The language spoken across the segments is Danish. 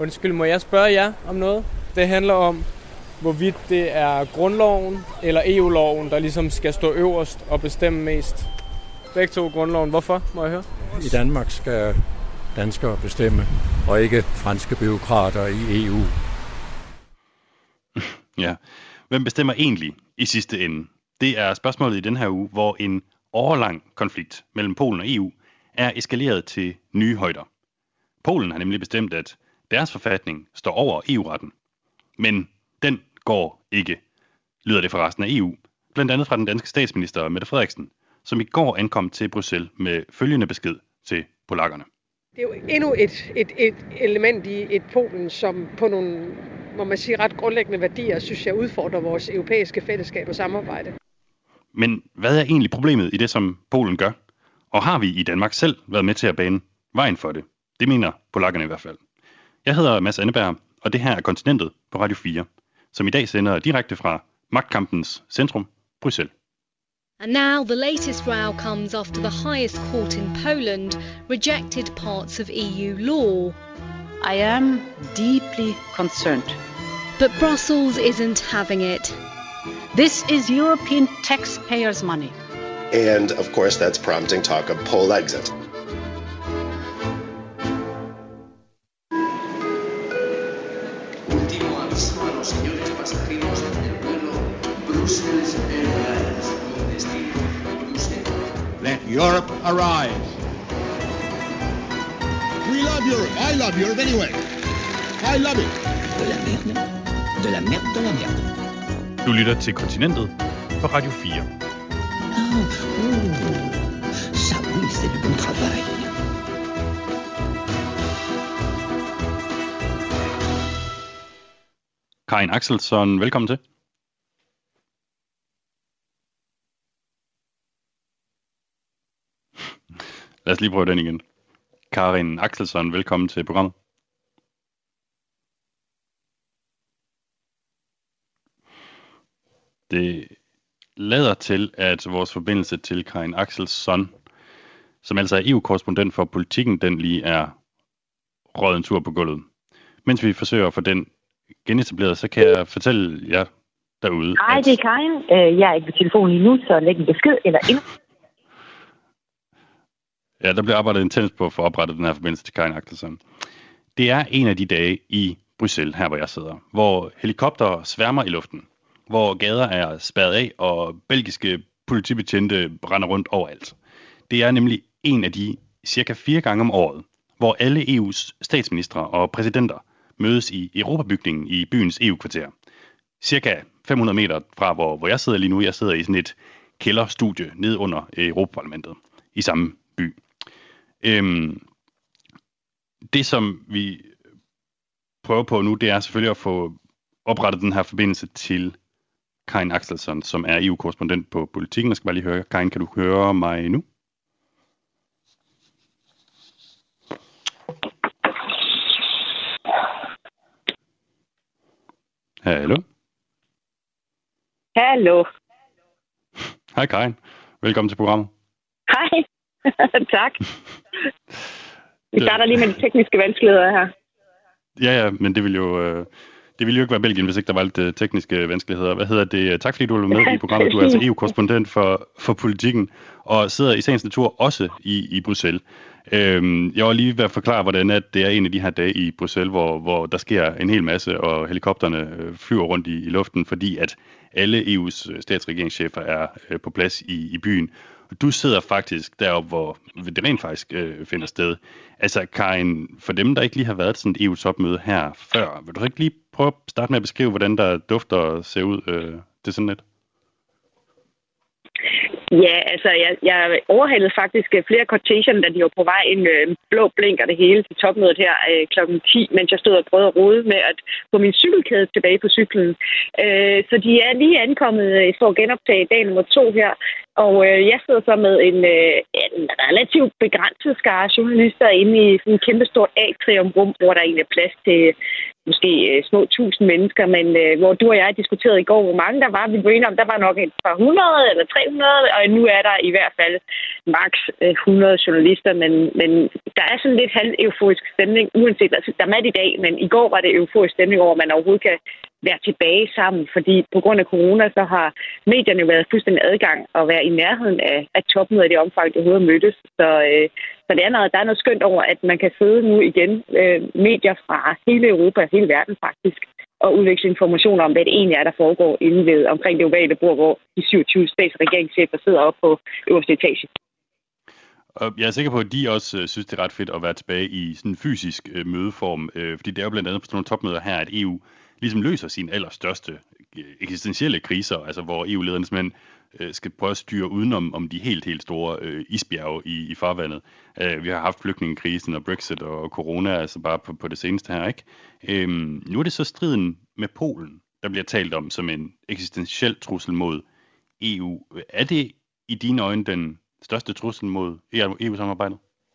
Undskyld, må jeg spørge jer om noget? Det handler om, hvorvidt det er grundloven eller EU-loven, der ligesom skal stå øverst og bestemme mest. Begge to grundloven. Hvorfor, må jeg høre? I Danmark skal danskere bestemme, og ikke franske bureaukrater i EU. Ja. Hvem bestemmer egentlig i sidste ende? Det er spørgsmålet i den her uge, hvor en årelang konflikt mellem Polen og EU er eskaleret til nye højder. Polen har nemlig bestemt, at deres forfatning står over EU-retten. Men den går ikke, lyder det fra resten af EU. Blandt andet fra den danske statsminister Mette Frederiksen, som i går ankom til Bruxelles med følgende besked til polakkerne. Det er jo endnu et element i et Polen, som på nogle, må man sige, ret grundlæggende værdier, synes jeg, udfordrer vores europæiske fællesskab og samarbejde. Men hvad er egentlig problemet i det, som Polen gør? Og har vi i Danmark selv været med til at bane vejen for det? Det mener polakkerne i hvert fald. Jeg hedder Mads Anneberg, og det her er Kontinentet på Radio 4, som i dag sender direkte fra magtkampens centrum, Bruxelles. And now the latest row comes after the highest court in Poland rejected parts of EU law. I am deeply concerned. But Brussels isn't having it. This is European taxpayers' money. And of course that's prompting talk of Pole exit. Let Europe arise. We love Europe. I love Europe anyway. I love it. De la merde. De la merde, de la merde. Du lytter til Kontinentet på Radio 4. Ça oui, c'est du bon travail. Karin Axelsson, velkommen til. Lad os lige prøve den igen. Karin Axelsson, velkommen til programmet. Det lader til, at vores forbindelse til Karin Axelsson, som altså er EU-korrespondent for Politikken, den lige er røget en tur på gulvet. Mens vi forsøger at få den genetableret, så kan jeg fortælle jer derude. Hej, det er Karin. Jeg er ikke på telefonen lige nu, så læg en besked eller ind. Ja, der bliver arbejdet intens på at få oprettet den her forbindelse til Karin Axelsson. Det er en af de dage i Bruxelles, her hvor jeg sidder, hvor helikopter sværmer i luften, hvor gader er spærret af, og belgiske politibetjente render rundt overalt. Det er nemlig en af de cirka 4 gange om året, hvor alle EU's statsministre og præsidenter mødes i Europabygningen i byens EU-kvarter. Cirka 500 meter fra, hvor jeg sidder lige nu. Jeg sidder i sådan et kælderstudie nede under Europaparlamentet i samme by. Det, som vi prøver på nu, det er selvfølgelig at få oprettet den her forbindelse til Karin Axelsson, som er EU-korrespondent på Politikken. Jeg skal bare lige høre, Karin, kan du høre mig nu? Hallo? Hallo. Hej Karin. Velkommen til programmet. Hej. Tak. Vi starter lige med de tekniske vanskeligheder her. Ja, men det ville jo ikke være Belgien, hvis ikke der var lidt tekniske vanskeligheder. Hvad hedder det? Tak fordi du var med i programmet. Du er altså EU-korrespondent for Politikken, og sidder i sagens natur også i Bruxelles. Jeg var lige ved at forklare, hvordan det er en af de her dage i Bruxelles, hvor der sker en hel masse, og helikopterne flyver rundt i luften, fordi at alle EU's statsregeringschefer er på plads i byen. Du sidder faktisk deroppe, hvor det rent faktisk finder sted. Altså Karin, for dem, der ikke lige har været til sådan et EU-topmøde her før, vil du ikke lige prøve at starte med at beskrive, hvordan der dufter og ser ud til sådan et? Ja, altså jeg overhalede faktisk flere cortegen, da de var på vej en blå blink og det hele til topmødet her klokken 10, mens jeg stod og prøvede at rode med at få min cykelkæde tilbage på cyklen. Så de er lige ankommet for at genoptage dag nummer 2 her, og jeg sidder så med en relativt begrænset skare journalister inde i sådan et kæmpestort atriumrum, hvor der egentlig er plads måske små 1000 mennesker, men hvor du og jeg diskuterede i går, hvor mange der var. Vi var enige om, der var nok et par 100 eller 300, og nu er der i hvert fald maks 100 journalister, men der er sådan lidt halv-euforisk stemning, uanset, altså der er mat i dag, men i går var det euforisk stemning over, at man overhovedet kan være tilbage sammen, fordi på grund af corona, så har medierne været fuldstændig adgang og være i nærheden af topmødet i det omfang, det overhovedet mødtes. Så det er der er noget skønt over, at man kan sidde nu igen, medier fra hele Europa, hele verden faktisk, og udveksle informationer om, hvad det egentlig er, der foregår inde ved omkring det ovale bord, hvor de 27 stats- og regeringschefer sidder oppe på øverste etage. Og jeg er sikker på, at de også synes, det er ret fedt at være tilbage i sådan en fysisk mødeform, fordi det er jo blandt andet på sådan nogle topmøder her, at EU ligesom løser sine allerstørste eksistentielle kriser, altså hvor EU-lederne simpelthen skal prøve at styre udenom om de helt store isbjerge i farvandet. Vi har haft flygtningekrisen og Brexit og corona, altså bare på det seneste her, ikke? Nu er det så striden med Polen, der bliver talt om som en eksistentiel trussel mod EU. Er det i dine øjne den største trussel mod EU-samarbejdet?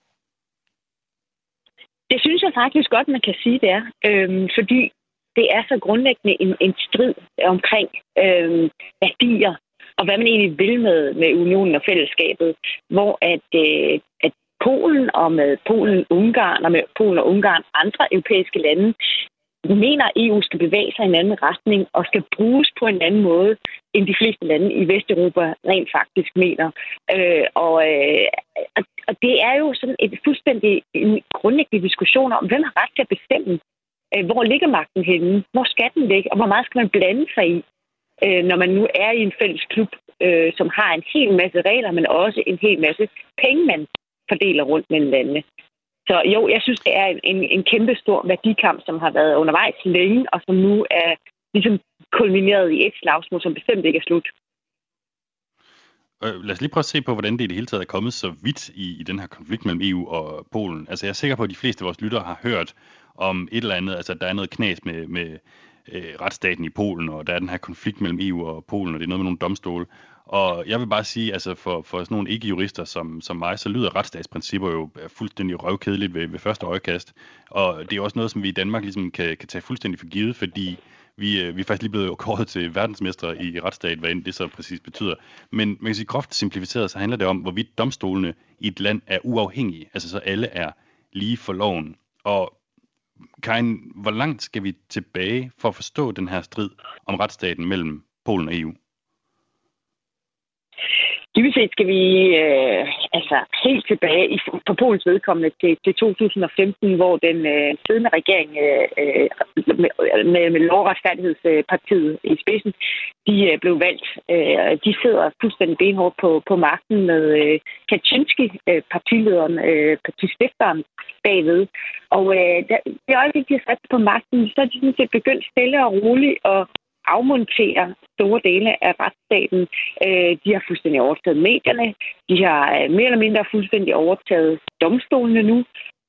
Det synes jeg faktisk godt, man kan sige, det er. Fordi det er så grundlæggende en strid omkring værdier, og hvad man egentlig vil med unionen og fællesskabet, hvor at Polen og med Polen-Ungarn og med Polen og Ungarn andre europæiske lande mener, at EU skal bevæge sig i en anden retning og skal bruges på en anden måde, end de fleste lande i Vesteuropa rent faktisk mener. Og det er jo sådan et fuldstændig grundlæggende diskussion om, hvem har ret til at bestemme, hvor ligger magten henne, hvor skal den ligge, og hvor meget skal man blande sig i, når man nu er i en fælles klub, som har en hel masse regler, men også en hel masse penge, man fordeler rundt mellem landene. Så jo, jeg synes, det er en kæmpe stor værdikamp, som har været undervejs længe, og som nu er ligesom kulmineret i et slagsmål, som bestemt ikke er slut. Lad os lige prøve at se på, hvordan det i det hele taget er kommet så vidt i den her konflikt mellem EU og Polen. Altså jeg er sikker på, at de fleste af vores lyttere har hørt om et eller andet, altså der er noget knas med retsstaten i Polen, og der er den her konflikt mellem EU og Polen, og det er noget med nogle domstole. Og jeg vil bare sige, altså for sådan nogle ikke-jurister som mig, så lyder retsstatsprincipper jo fuldstændig røvkedeligt ved første øjekast. Og det er også noget, som vi i Danmark ligesom kan tage fuldstændig for givet, fordi vi er faktisk lige blevet kåret til verdensmestre i retsstat, hvad end det så præcis betyder. Men man kan sige, groft simplificeret, så handler det om, hvorvidt domstolene i et land er uafhængige, altså så alle er lige for loven. Og Karin, hvor langt skal vi tilbage for at forstå den her strid om retsstaten mellem Polen og EU? Dybest set skal vi helt tilbage på Polens vedkommende til 2015, hvor den siddende regering med Lovretfærdighedspartiet i spidsen, de blev valgt. De sidder fuldstændig benhårdt på magten med Kaczynski, partilederen, partistifteren bagved. Og det øjeblik, de har sat på magten, så er de sådan set begyndt stille og roligt at afmontere store dele af retsstaten. De har fuldstændig overtaget medierne. De har mere eller mindre fuldstændig overtaget domstolene nu.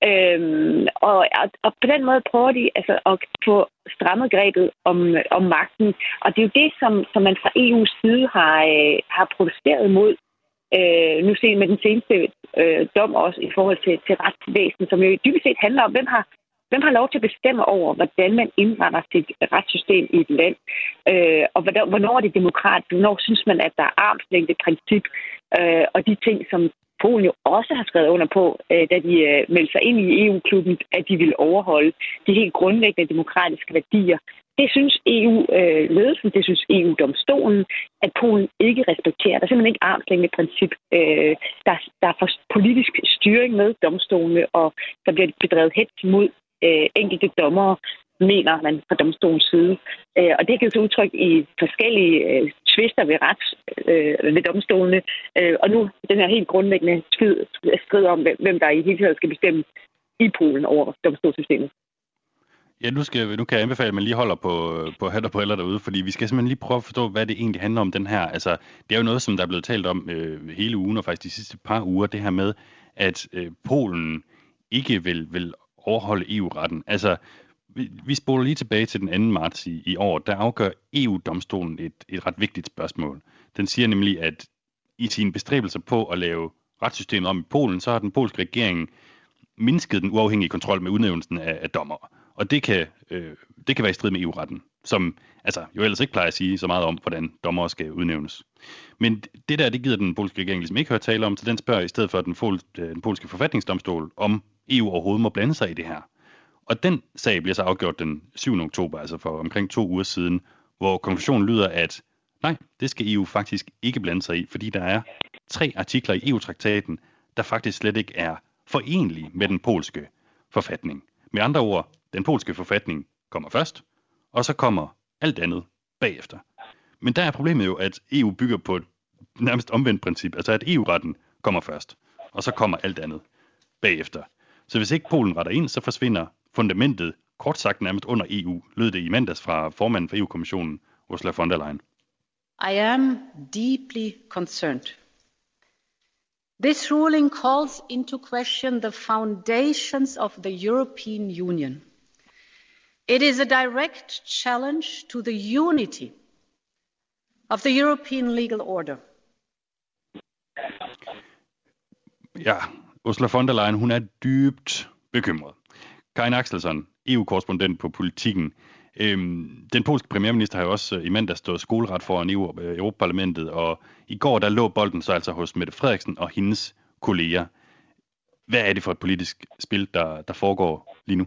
Og på den måde prøver de altså at få strammet grebet om magten. Og det er jo det, som man fra EU's side har protesteret mod. Nu ser med den seneste dom også i forhold til retsvæsenet, som jo dybest set handler om, hvem har lov til at bestemme over, hvordan man indretter sit retssystem i et land? Og hvornår er det demokratisk? Hvornår synes man, at der er armslængdeprincip? Og de ting, som Polen jo også har skrevet under på, da de meldte sig ind i EU-klubben, at de ville overholde de helt grundlæggende demokratiske værdier. Det synes EU-ledelsen, det synes EU-domstolen, at Polen ikke respekterer. Der er simpelthen ikke armslængdeprincip. Der er for politisk styring med domstolene, og der bliver bedrevet hets mod enkelte dommere, mener man fra domstolens side. Og det kan jo udtryk i forskellige tvister ved domstolene. Og nu den her helt grundlæggende strid om, hvem der i hele taget skal bestemme i Polen over domstolssystemet. Ja, nu kan jeg anbefale, at man lige holder på hat og briller derude, fordi vi skal simpelthen lige prøve at forstå, hvad det egentlig handler om den her. Altså, det er jo noget, som der er blevet talt om hele ugen, og faktisk de sidste par uger, det her med, at Polen ikke vil overholde EU-retten. Altså, vi spoler lige tilbage til den 2. marts i år, der afgør EU-domstolen et ret vigtigt spørgsmål. Den siger nemlig, at i sine bestræbelser på at lave retssystemet om i Polen, så har den polske regering mindsket den uafhængige kontrol med udnævnelsen af dommere. Og det kan det kan være i strid med EU-retten, som altså jo ellers ikke plejer at sige så meget om, hvordan dommere skal udnævnes. Men det gider den polske regering ligesom ikke høre tale om, så den spørger i stedet for den polske forfatningsdomstol, om EU overhovedet må blande sig i det her. Og den sag bliver så afgjort den 7. oktober, altså for omkring 2 uger siden, hvor konklusionen lyder, at nej, det skal EU faktisk ikke blande sig i, fordi der er 3 artikler i EU-traktaten, der faktisk slet ikke er forenlige med den polske forfatning. Med andre ord, den polske forfatning kommer først, og så kommer alt andet bagefter. Men der er problemet jo, at EU bygger på et nærmest omvendt princip, altså at EU-retten kommer først, og så kommer alt andet bagefter. Så hvis ikke Polen retter ind, så forsvinder fundamentet, kort sagt nærmest under EU, lød det i mandags fra formanden for EU-kommissionen, Ursula von der Leyen. I am deeply concerned. This ruling calls into question the foundations of the European Union. It is a direct challenge to the unity of the European legal order. Ja, Ursula von der Leyen, hun er dybt bekymret. Karin Axelsson, EU-korrespondent på Politikken. Den polske premierminister har jo også i mandag stået skoleret foran Europaparlamentet, og i går der lå bolden så altså hos Mette Frederiksen og hendes kolleger. Hvad er det for et politisk spil, der foregår lige nu?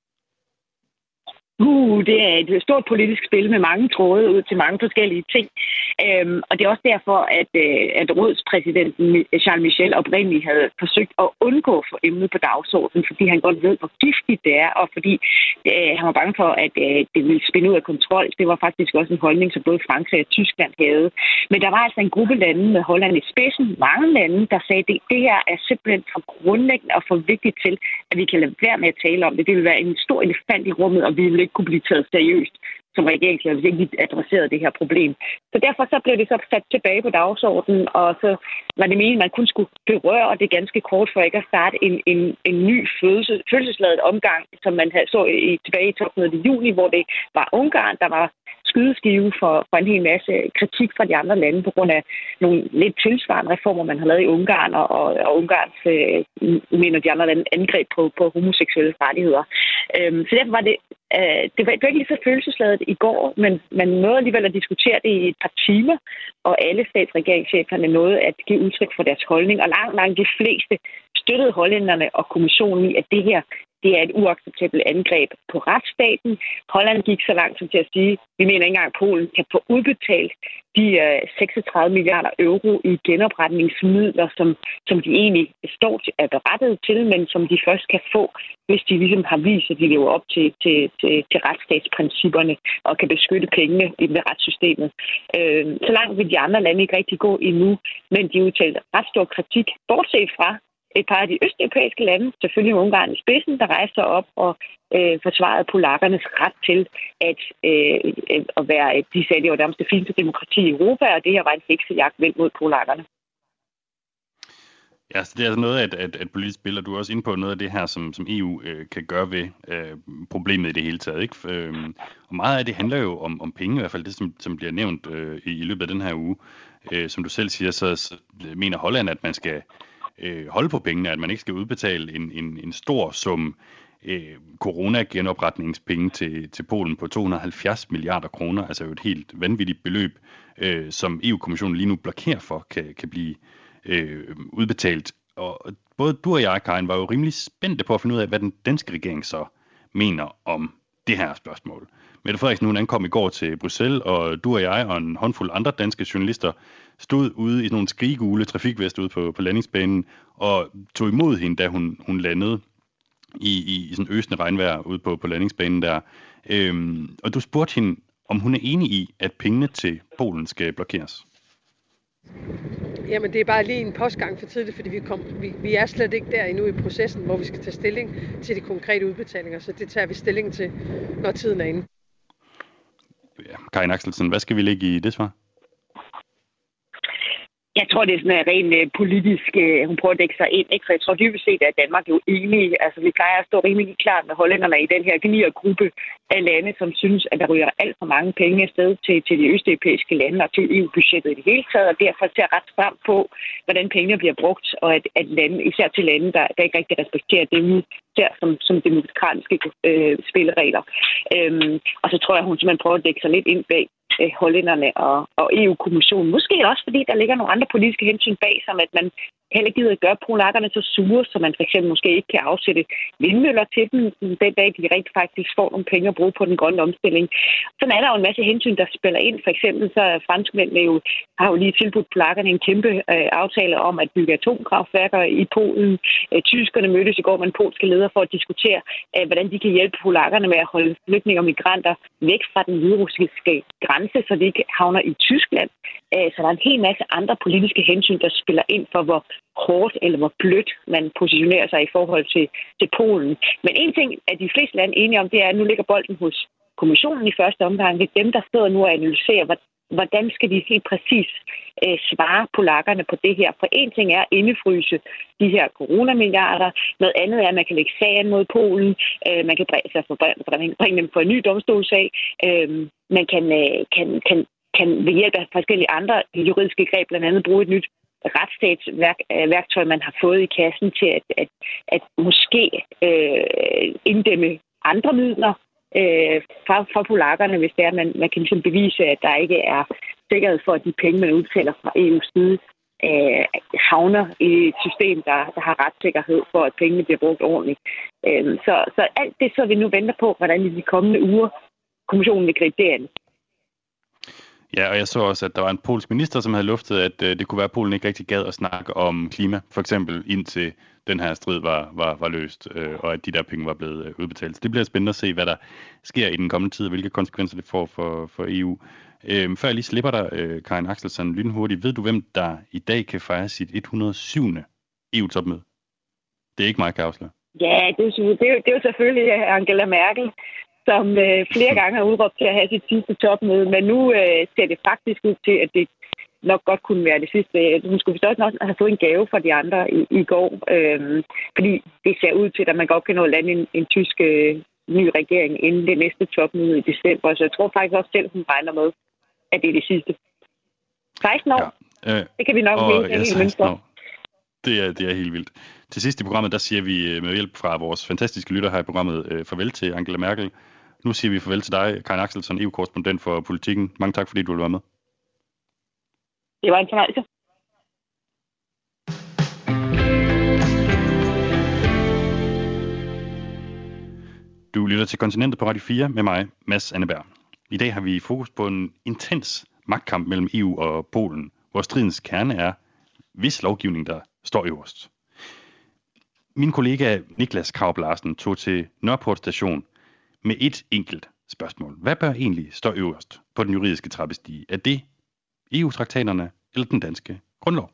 Det er et stort politisk spil med mange tråde ud til mange forskellige ting. Og det er også derfor, at rådspræsidenten Charles Michel oprindeligt havde forsøgt at undgå for emnet på dagsordenen, fordi han godt ved, hvor giftigt det er, og fordi han var bange for, at det ville spinde ud af kontrol. Det var faktisk også en holdning, som både Frankrig og Tyskland havde. Men der var altså en gruppe lande med Holland i spidsen, mange lande, der sagde, at det her er simpelthen for grundlæggende og for vigtigt til, at vi kan lade være med at tale om det. Det vil være en stor elefant i rummet, og vi vil ikke kunne blive taget seriøst som regeringsleder, hvis ikke vi adresserede det her problem. Så derfor så blev det så sat tilbage på dagsordenen, og så var det meningen, at man kun skulle berøre det ganske kort for ikke at starte en ny følelsesladet omgang, som man så tilbage i topmødet i juni, hvor det var Ungarn, der var skydeskive for en hel masse kritik fra de andre lande på grund af nogle lidt tilsvarende reformer, man har lavet i Ungarn, og Ungarns, mener de andre lande, angreb på homoseksuelle rettigheder. Så derfor var det var ikke lige så følelsesladet i går, men man nåede alligevel at diskutere det i et par timer, og alle statsregeringscheferne nåede at give udtryk for deres holdning, og langt de fleste støttede hollænderne og kommissionen i, at det her det er et uacceptabelt angreb på retsstaten. Holland gik så langt som til at sige, vi mener ikke engang, at Polen kan få udbetalt de 36 milliarder euro i genopretningsmidler, som de egentlig er berettiget til, men som de først kan få, hvis de ligesom har vist, at de lever op til retsstatsprincipperne og kan beskytte pengene ved retssystemet. Så langt vil de andre lande ikke rigtig gå endnu, men de udtalte ret stor kritik, bortset fra et par af de østeuropæiske lande, selvfølgelig Ungarn i spidsen, der rejste op og forsvarede polakkernes ret til at være, de sagde, det var nærmest det fineste demokrati i Europa, og det her var en heksejagt vendt mod polakkerne. Ja, så det er altså noget af et politisk spil, og du er også inde på noget af det her, som EU kan gøre ved problemet i det hele taget. Ikke? Og meget af det handler jo om penge, i hvert fald det, som bliver nævnt i løbet af den her uge. Som du selv siger, så mener Holland, at man skal holde på pengene, at man ikke skal udbetale en stor sum corona-genopretningspenge til Polen på 270 milliarder kroner, altså jo et helt vanvittigt beløb, som EU-kommissionen lige nu blokerer for, kan blive udbetalt. Og både du og jeg, Karin, var jo rimelig spændte på at finde ud af, hvad den danske regering så mener om det her spørgsmål. Mette Frederiksen, hun ankom i går til Bruxelles, og du og jeg og en håndfuld andre danske journalister stod ude i nogle skriggule trafikveste ude på landingsbanen og tog imod hende, da hun landede i sådan øsende regnvejr ude på landingsbanen der. Og du spurgte hende, om hun er enig i, at pengene til Polen skal blokeres. Jamen, det er bare lige en postgang for tidligt, fordi vi er slet ikke der endnu i processen, hvor vi skal tage stilling til de konkrete udbetalinger, så det tager vi stilling til, når tiden er inde. Ja, Karin Axelsson, hvad skal vi lægge i det svar? Jeg tror, det er sådan en ren politisk, hun prøver at dække sig ind, ikke? For jeg tror dybest set, at Danmark er jo enige. Altså, vi plejer at stå rimelig klart med hollænderne i den her gniergruppe, af lande, som synes, at der ryger alt for mange penge afsted til de østeuropæiske lande og til EU-budgettet i det hele taget, og derfor ser ret stramt på, hvordan pengene bliver brugt, og at lande, især til lande, der ikke rigtig respekterer det, vi ser som demokratiske spilleregler. Og så tror jeg, hun simpelthen prøver at dække sig lidt ind bag hollænderne og EU-kommissionen. Måske også, fordi der ligger nogle andre politiske hensyn bag, som at man heller ikke gider at gøre polakkerne så sure, så man for eksempel måske ikke kan afsætte vindmøller til dem, den dag de rigtig faktisk får nogle penge at bruge på den grønne omstilling. Sådan er der jo en masse hensyn, der spiller ind. For eksempel så franskmændene har jo lige tilbudt polakkerne en kæmpe aftale om at bygge atomkraftværker i Polen. Tyskerne mødtes i går med en polske leder for at diskutere, hvordan de kan hjælpe polakkerne med at holde flygtninge og migranter væk fra den hviderussiske grænse, så de ikke havner i Tyskland. Så der er en hel masse andre politiske hensyn, der spiller ind for, hvor hårdt eller hvor blødt man positionerer sig i forhold til Polen. Men en ting, at de fleste lande er enige om, det er, at nu ligger bolden hos kommissionen i første omgang. Det er dem, der sidder nu og analyserer, hvordan skal de helt præcis svare polakkerne på det her. For en ting er at indefryse de her coronamilliarder. Noget andet er, at man kan lægge sagen mod Polen. Man kan bringe dem for en ny domstolssag. Man kan ved hjælp af forskellige andre juridiske greb blandt andet bruge et nyt retsstatsværktøj, man har fået i kassen til at måske inddæmme andre midler fra polakkerne, hvis det er, man kan ligesom bevise, at der ikke er sikkerhed for, at de penge, man udbetaler fra EU's side, havner i et system, der har retssikkerhed for, at pengene bliver brugt ordentligt. Så alt det, så vi nu venter på, hvordan i de kommende uger kommissionen vil gribe det an. Ja, og jeg så også, at der var en polsk minister, som havde luftet, at det kunne være, at Polen ikke rigtig gad at snakke om klima, for eksempel indtil den her strid var løst, og at de der penge var blevet udbetalt. Så det bliver spændende at se, hvad der sker i den kommende tid, og hvilke konsekvenser det får for EU. Før jeg lige slipper dig, Karin Axelsson, lynhurtigt, ved du, hvem der i dag kan fejre sit 107. EU-topmøde? Det er ikke mig, kan jeg afsløre. Ja, det er jo selvfølgelig Angela Merkel, som flere gange har udråbt til at have sit sidste topmøde, men nu ser det faktisk ud til, at det nok godt kunne være det sidste. Hun skulle forstås også have fået en gave fra de andre i går, fordi det ser ud til, at man godt kan nå at lande en tysk ny regering inden det næste topmøde i december, så jeg tror faktisk også selv, hun regner med, at det er det sidste. 16 år, ja, det kan vi nok helt mønstre. Det er helt vildt. Til sidst i programmet, der siger vi med hjælp fra vores fantastiske lytter her i programmet farvel til Angela Merkel. Nu siger vi farvel til dig, Karin Axelsson, EU-korrespondent for Politikken. Mange tak, fordi du ville være med. Det var en fornøjelse. Du lytter til Kontinentet på Radio 4 med mig, Mads Anneberg. I dag har vi fokus på en intens magtkamp mellem EU og Polen, hvor stridens kerne er, hvis lovgivning der står øverst. Min kollega Niklas Kraup Larsen tog til Nørreport station med et enkelt spørgsmål. Hvad bør egentlig stå øverst på den juridiske trappestige? Er det EU-traktaterne eller den danske grundlov?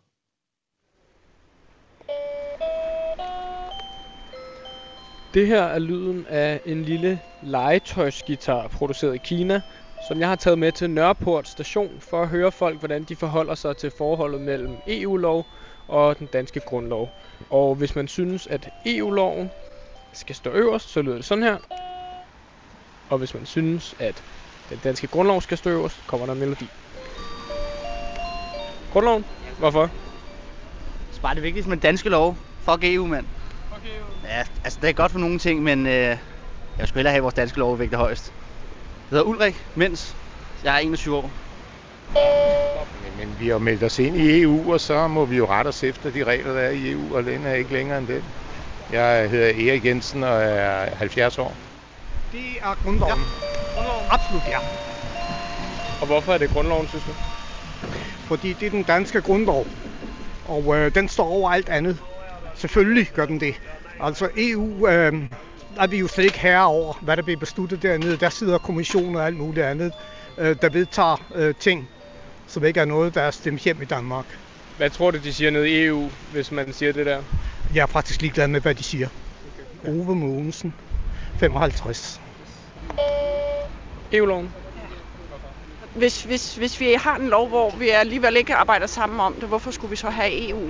Det her er lyden af en lille legetøjsguitar produceret i Kina, som jeg har taget med til Nørreport station for at høre folk, hvordan de forholder sig til forholdet mellem EU-lov og den danske grundlov. Og hvis man synes, at EU-loven skal stå øverst, så lyder det sådan her. Og hvis man synes, at den danske grundlov skal stå øverst, kommer der en melodi. Grundloven? Hvorfor? Det er bare det vigtigste med danske lov. Fuck EU, mand. Fuck EU. Ja, altså det er godt for nogle ting, men jeg skulle hellere have vores danske lov vægte højst. Jeg hedder Ulrik Mens. Jeg er 21 år. Men vi har meldt os ind i EU, og så må vi jo rette os efter de regler, der er i EU, og den er ikke længere end den. Jeg hedder Erik Jensen og er 70 år. Det er grundloven. Ja. Grundloven. Absolut, ja. Og hvorfor er det grundloven, synes du? Fordi det er den danske grundlov, og den står over alt andet. Selvfølgelig gør den det. Altså EU er vi jo slet ikke herre over, hvad der bliver besluttet dernede. Der sidder kommissioner og alt muligt andet, der vedtager ting, som ikke er noget, der er stemt hjem i Danmark. Hvad tror du, de siger nede i EU, hvis man siger det der? Jeg er faktisk ligeglad med, hvad de siger. Okay. Ove Mogensen, 55. EU-loven? Hvis vi har en lov, hvor vi alligevel ikke arbejder sammen om det, hvorfor skulle vi så have EU?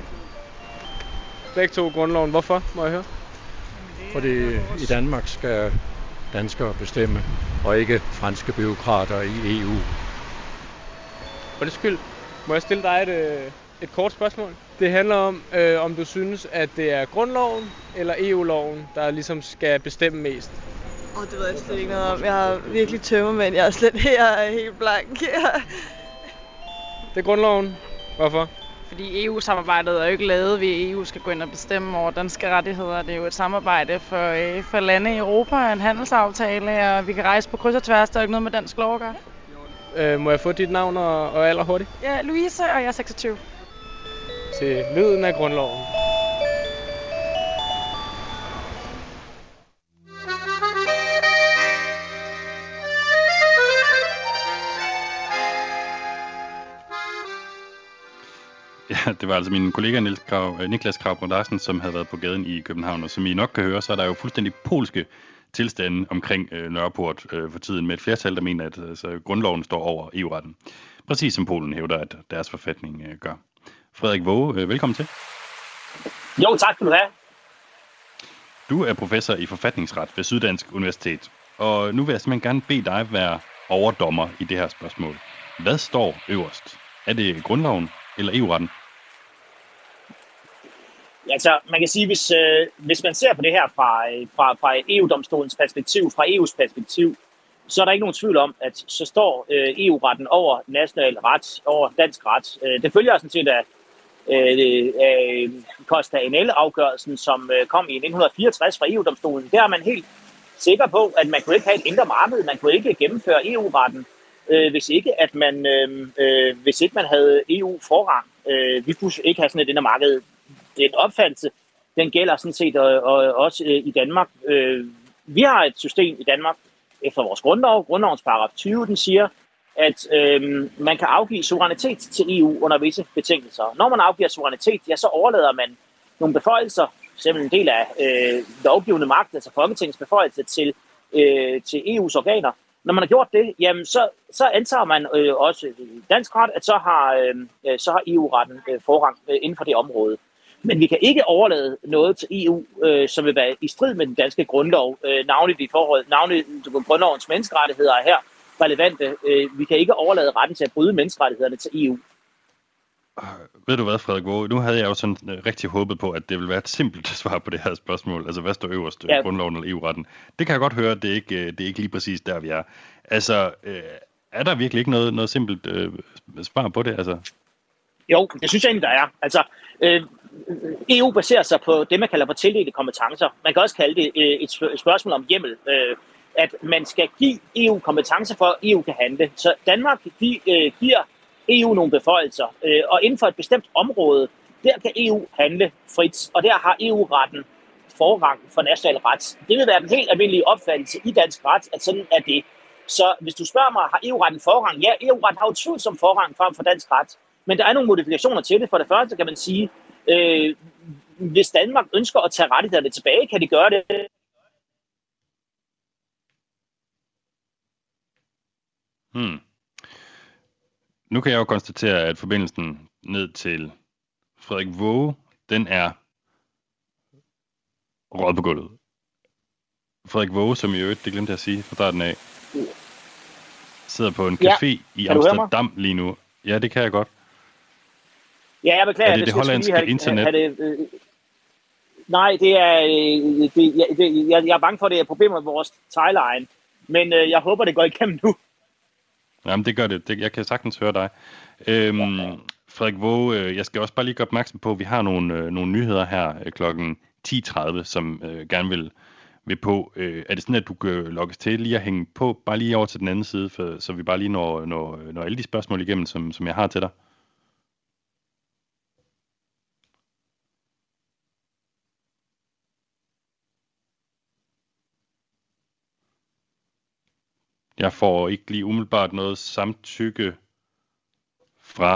Begge to grundloven. Hvorfor, må jeg høre? Fordi i Danmark skal danskere bestemme, og ikke franske bureaukrater i EU. For det skyld, må jeg stille dig et kort spørgsmål? Det handler om, om du synes, at det er grundloven eller EU-loven, der ligesom skal bestemme mest. Det ved jeg slet ikke noget om. Jeg har virkelig tømmermænd. Jeg er helt blank. Det er grundloven. Hvorfor? Fordi EU-samarbejdet er jo ikke lavet ved, at EU skal gå ind og bestemme over danske rettigheder. Det er jo et samarbejde for lande i Europa, en handelsaftale, og vi kan rejse på kryds og tværs. Der er ikke noget med dansk lov at gøre. Må jeg få dit navn og alder hurtigt? Ja, Louise, og jeg er 26. Til lyden af grundloven. Ja, det var altså min kollega Niklas Krav Larsen, som havde været på gaden i København, og som I nok kan høre, så er der jo fuldstændig polske tilstande omkring Nørreport for tiden, med et flertal, der mener, at grundloven står over EU-retten. Præcis som Polen hævder, at deres forfatning gør. Frederik Waage, velkommen til. Jo, tak skal du have. Du er professor i forfatningsret ved Syddansk Universitet, og nu vil jeg simpelthen gerne bede dig være overdommer i det her spørgsmål. Hvad står øverst? Er det grundloven eller EU-retten? Altså, man kan sige, hvis man ser på det her fra EU-domstolens perspektiv, fra EU's perspektiv, så er der ikke nogen tvivl om, at så står EU-retten over national ret, over dansk ret. Det følger sådan set af Costa Enel-afgørelsen, som kom i 1964 fra EU-domstolen. Der er man helt sikker på, at man kunne ikke have et indre marked, man kunne ikke gennemføre EU-retten, hvis ikke man havde EU-forrang. Vi kunne ikke have sådan et indre marked. Den opfattelse, den gælder sådan set også i Danmark. Vi har et system i Danmark efter vores grundlov, grundlovens paragraf 20, den siger, at man kan afgive suverænitet til EU under visse betingelser. Når man afgiver suverænitet, ja, så overlader man nogle beføjelser, simpelthen en del af lovgivende magt, altså Folketingets beføjelse til EU's organer. Når man har gjort det, jamen så antager man også dansk ret, at så har EU-retten forrang inden for det område. Men vi kan ikke overlade noget til EU, som vil være i strid med den danske grundlov, navnlig grundlovens menneskerettigheder er her relevante. Vi kan ikke overlade retten til at bryde menneskerettighederne til EU. Ved du hvad, Frederik Waage? Nu havde jeg jo sådan rigtig håbet på, at det ville være et simpelt svar på det her spørgsmål. Altså, hvad står øverst? Ja. Grundloven eller EU-retten? Det kan jeg godt høre, det er ikke lige præcis der, vi er. Altså, er der virkelig ikke noget simpelt svar på det? Altså? Jo, det synes jeg egentlig, der er. Altså, EU baserer sig på det, man kalder for tildelte kompetencer. Man kan også kalde det et spørgsmål om hjemmel. At man skal give EU kompetencer for, at EU kan handle. Så Danmark giver EU nogle beføjelser, og inden for et bestemt område, der kan EU handle frit, og der har EU-retten forrang for national ret. Det vil være den helt almindelige opfattelse i dansk ret, at sådan er det. Så hvis du spørger mig, har EU-retten forrang? Ja, EU-retten har jo tvivlsom forrang frem for dansk ret, men der er nogle modifikationer til det. For det første kan man sige, hvis Danmark ønsker at tage rettighederne tilbage, kan de gøre det. Nu kan jeg jo konstatere, at forbindelsen ned til Frederik Waage, den er råd på gulvet. Frederik Waage, som i øvrigt, det glemte jeg at sige fra starten af, sidder på en café i Amsterdam lige nu. Ja, det kan jeg godt. Ja, jeg beklager. Er det hollandske internet? Nej, det er... jeg er bange for, at det er problemer med vores timeline. Men jeg håber, det går igennem nu. Jamen, det gør det. Jeg kan sagtens høre dig. Frederik Waage, jeg skal også bare lige gøre opmærksom på, at vi har nogle nyheder her klokken 10.30, som gerne vil på. Er det sådan, at du kan logges til lige at hænge på, bare lige over til den anden side, så vi bare lige når alle de spørgsmål igennem, som jeg har til dig? Jeg får ikke lige umiddelbart noget samtykke fra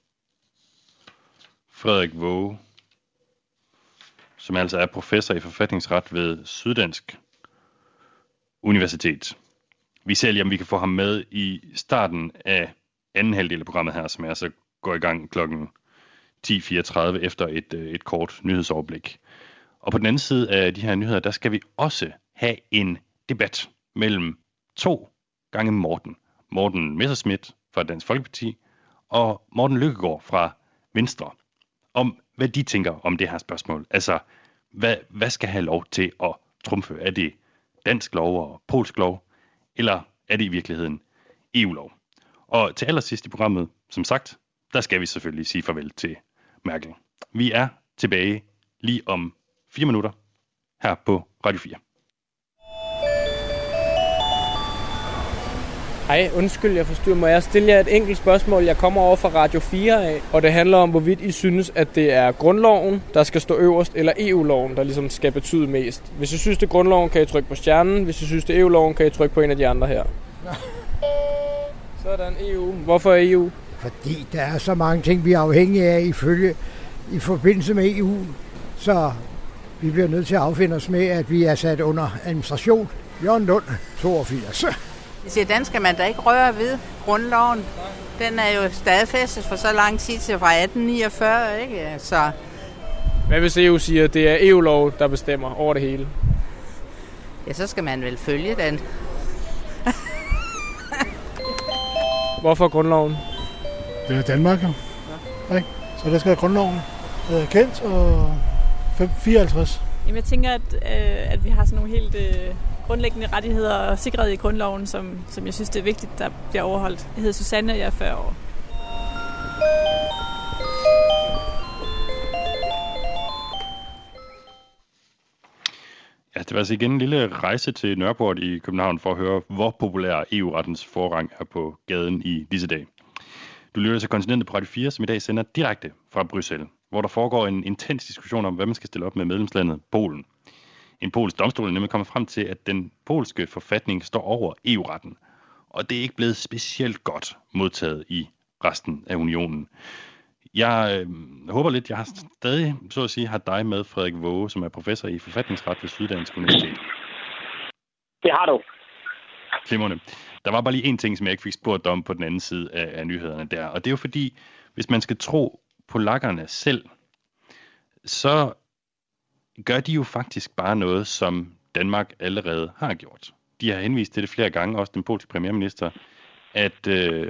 Frederik Waage, som altså er professor i forfatningsret ved Syddansk Universitet. Vi ser lige, om vi kan få ham med i starten af anden halvdel af programmet her, som altså går i gang klokken 10.34 efter et kort nyhedsoverblik. Og på den anden side af de her nyheder, der skal vi også have en debat. mellem 2 gange Morten. Morten Messerschmidt fra Dansk Folkeparti og Morten Løkkegaard fra Venstre. Om hvad de tænker om det her spørgsmål. Altså, hvad skal have lov til at trumfe? Er det dansk lov og polsk lov? Eller er det i virkeligheden EU-lov? Og til allersidst i programmet, som sagt, der skal vi selvfølgelig sige farvel til Merkel. Vi er tilbage lige om 4 minutter her på Radio 4. Hej, undskyld, jeg forstyrrer mig. Jeg stiller jer et enkelt spørgsmål. Jeg kommer over fra Radio 4 af, og det handler om, hvorvidt I synes, at det er grundloven, der skal stå øverst, eller EU-loven, der ligesom skal betyde mest. Hvis I synes, det er grundloven, kan I trykke på stjernen. Hvis I synes, det er EU-loven, kan I trykke på en af de andre her. Sådan, EU. Hvorfor er EU? Fordi der er så mange ting, vi er afhængige af i forbindelse med EU, så vi bliver nødt til at affinde os med, at vi er sat under administration. Jørgen Lund, 82. Den skal man da ikke røre ved. Grundloven, den er jo stadfæstet for så lang tid til fra 1849, ikke? Så... Hvad hvis EU siger, at det er EU-lov, der bestemmer over det hele? Ja, så skal man vel følge den. Hvorfor grundloven? Det er Danmark, jo. Ja. Så der skal grundloven kendt og 54. Jamen, jeg tænker, at vi har sådan nogle helt grundlæggende rettigheder sikret i grundloven, som jeg synes, det er vigtigt, der bliver overholdt. Jeg hedder Susanne, og jeg er 40 år. Ja, det var altså igen en lille rejse til Nørreport i København for at høre, hvor populær EU-rettens forrang er på gaden i disse dage. Du lytter til Kontinentet på Radio 4, som i dag sender direkte fra Bruxelles, hvor der foregår en intens diskussion om, hvad man skal stille op med medlemslandet Polen. En polsk domstol er nemlig kommet frem til, at den polske forfatning står over EU-retten, og det er ikke blevet specielt godt modtaget i resten af unionen. Jeg håber lidt, jeg har stadig, så at sige, har dig med, Frederik Waage, som er professor i forfatningsret ved Syddansk Universitet. Det har du. Glimrende. Der var bare lige en ting, som jeg ikke fik spurgt om på den anden side af nyhederne der, og det er jo fordi, hvis man skal tro polakkerne selv, så gør de jo faktisk bare noget, som Danmark allerede har gjort. De har henvist til det flere gange, også den polske premierminister, at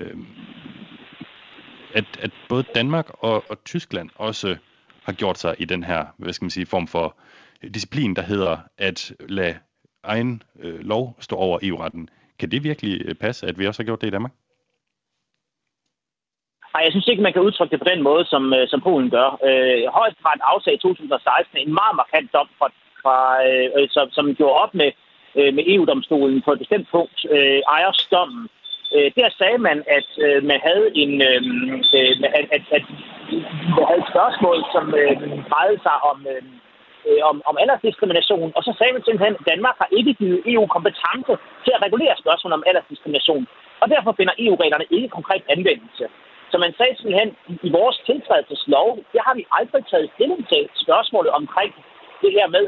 både Danmark og Tyskland også har gjort sig i den her, hvad skal man sige, form for disciplin, der hedder at lade egen lov stå over EU-retten. Kan det virkelig passe, at vi også har gjort det i Danmark? Nej, jeg synes ikke, man kan udtrykke det på den måde, som Polen gør. Højesteret afsagde i 2016 en meget markant dom, som gjorde op med EU-domstolen på et bestemt punkt, ejersdommen. Der sagde man, at man havde et spørgsmål, som drejede sig om aldersdiskrimination, og så sagde man simpelthen, at Danmark har ikke givet EU kompetence til at regulere spørgsmål om aldersdiskrimination, og derfor finder EU-reglerne ikke konkret anvendelse. Så man sagde simpelthen, i vores tiltrædelseslov, der har vi aldrig taget stilling til spørgsmålet omkring det her med,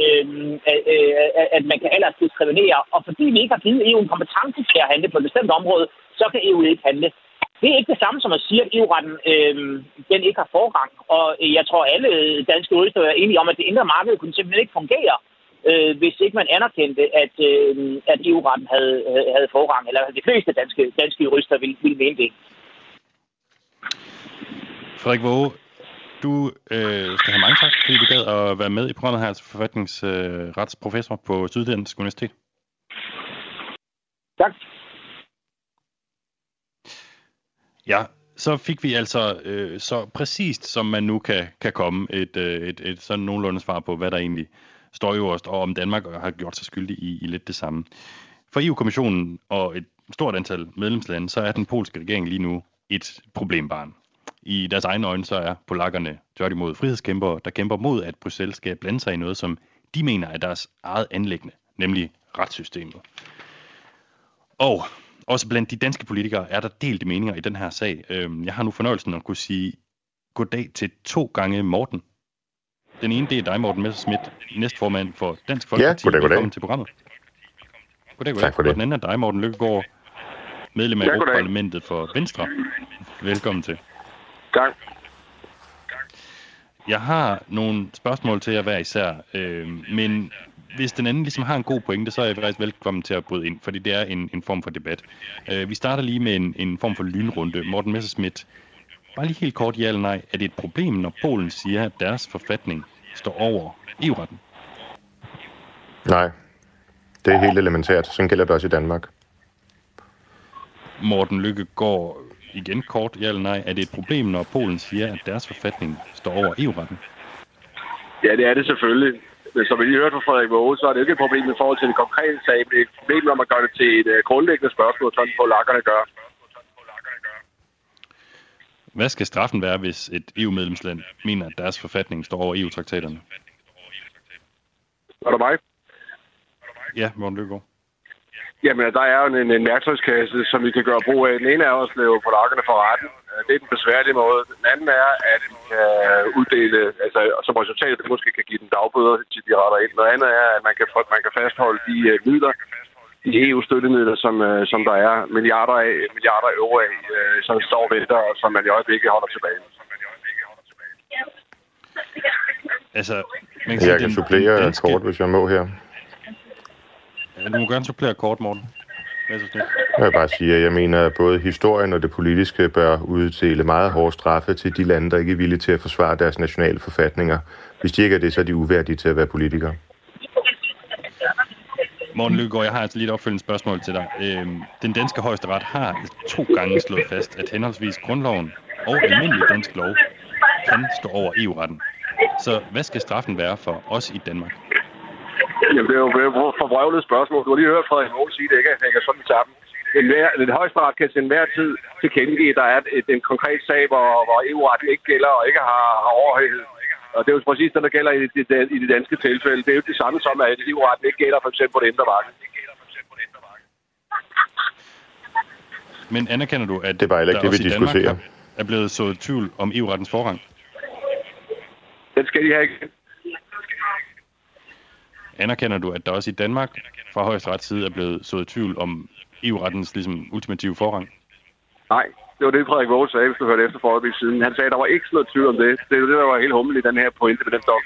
at man kan aldersdiskriminere, og fordi vi ikke har givet EU en kompetence til at handle på et bestemt område, så kan EU ikke handle. Det er ikke det samme som at sige, at EU-retten den ikke har forrang, og jeg tror, alle danske jurister er enige om, at det indre marked kunne simpelthen ikke fungere, hvis ikke man anerkendte, at EU-retten havde forrang, eller de fleste danske jurister ville mene det. Frederik Waage, du skal have mange tak, fordi du gad at være med i programmet her, altså forfatningsretsprofessor på Syddansk Universitet. Tak. Ja, så fik vi altså så præcist, som man nu kan komme, et sådan nogenlunde svar på, hvad der egentlig står øverst, og om Danmark har gjort sig skyldig i lidt det samme. For EU-kommissionen og et stort antal medlemslande, så er den polske regering lige nu et problembarn. I deres egne øjne, så er polakkerne tværtimod frihedskæmpere, der kæmper mod, at Bruxelles skal blande sig i noget, som de mener er deres eget anliggende, nemlig retssystemet. Og også blandt de danske politikere er der delte meninger i den her sag. Jeg har nu fornøjelsen at kunne sige goddag til 2 gange Morten. Den ene, det er dig, Morten Messerschmidt, næstformand for Dansk Folkeparti. Ja, goddag. Velkommen til programmet. Goddag. Tak for det. Og den anden er dig, Morten Løkkegaard, medlem af Europaparlamentet for Venstre. Velkommen til. Tak. Jeg har nogle spørgsmål til jer hver især, men hvis den anden ligesom har en god pointe, så er jeg faktisk velkommen til at bryde ind, fordi det er en form for debat. Vi starter lige med en form for lynrunde. Morten Messerschmidt, bare lige helt kort, ja eller nej, er det et problem, når Polen siger, at deres forfatning står over EU-retten? Nej, det er helt elementært. Sådan gælder det også i Danmark. Morten Lykkegaard, igen kort, ja eller nej, er det et problem, når Polen siger, at deres forfatning står over EU-retten? Ja, det er det selvfølgelig. Men som vi lige hørte fra Frederik Waage, så er det jo ikke et problem i forhold til det konkrete sag, men det er et problem, når man gør det til et grundlæggende spørgsmål, sådan polakkerne gør. Hvad skal straffen være, hvis et EU-medlemsland mener, at deres forfatning står over EU-traktaterne? Er det mig? Ja, Morten Lykkegaard. Jamen, der er jo en værktøjskasse, som vi kan gøre brug af. Den ene er også at slæve polakkerne for retten. Det er den besværlige måde. Den anden er, at vi kan uddele, altså som resultat, det måske kan give dem dagbøder til de retter ind. Noget andet er, at man kan fastholde de midler, de EU-støttemidler, som der er milliarder euro af, som står og venter, og som man i øjeblikket holder tilbage. Altså, jeg kan supplere kort, hvis jeg må her. Ja, du må gerne supplere kort, Morten. Jeg vil bare sige, at jeg mener, at både historien og det politiske bør uddele meget hårde straffe til de lande, der ikke er villige til at forsvare deres nationale forfatninger. Hvis de ikke er det, så er de uværdige til at være politikere. Morten Lykkegaard, jeg har altså lige et opfølgende spørgsmål til dig. Den danske højesteret har 2 gange slået fast, at henholdsvis grundloven og almindelig dansk lov kan stå over EU-retten. Så hvad skal straffen være for os i Danmark? Jamen, det er jo et forvrøvlet spørgsmål. Du har lige hørt Frederik Waage sige, at det ikke hænger sådan sammen. Den højesteret kan til enhver tid tilkendegive, at der er en konkret sag, hvor EU-retten ikke gælder og ikke har overhøjhed. Og det er jo præcis det, der gælder i det danske tilfælde. Det er jo det samme som, at EU-retten ikke gælder for eksempel på det indre marked. Men anerkender du, at det er bare ikke det, vi diskuterer. Er blevet sået tvivl om EU-rettens forrang? Den skal de have igen. Anerkender du, at der også i Danmark fra højesterets side er blevet sået tvivl om EU-rettens ligesom, ultimative forrang? Nej, det var det, Frederik Waage sagde, hvis du hørte efter for siden. Han sagde, at der var ikke noget tvivl om det. Det er jo det, der var helt hummeligt i den her pointe med den dom.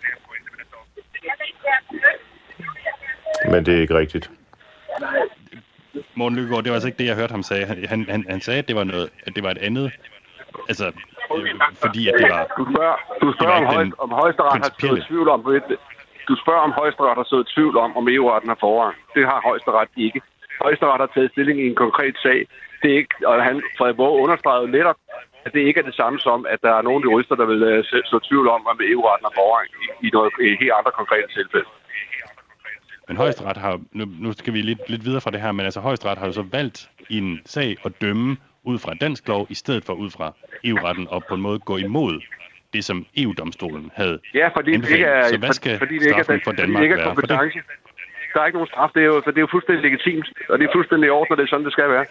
Men det er ikke rigtigt. Morten Lykkegaard, det var altså ikke det, jeg hørte ham sige. Han sagde, at det var noget, at det var et andet. Altså, fordi at det var... Du spørger om højesteret har sået tvivl om det. Du spørger om højesteret har sået tvivl om EU-retten har forrang. Det har højesteret ikke. Højesteret har taget stilling i en konkret sag. Det er ikke, og Frederik Waage understregede netop, at det ikke er det samme som, at der er nogle jurister, der vil så tvivl om EU-retten har forrang i helt andre konkrete tilfælde. Men højesteret har, nu skal vi lidt videre fra det her, men altså højesteret har jo så valgt i en sag at dømme ud fra dansk lov, i stedet for ud fra EU-retten, og på en måde gå imod det, som EU-domstolen havde anbefalet. Så hvad skal straffen for Danmark være for det? Der er ikke nogen straf, det er jo fuldstændig legitimt, og det er fuldstændig i orden, og det er sådan, det skal være.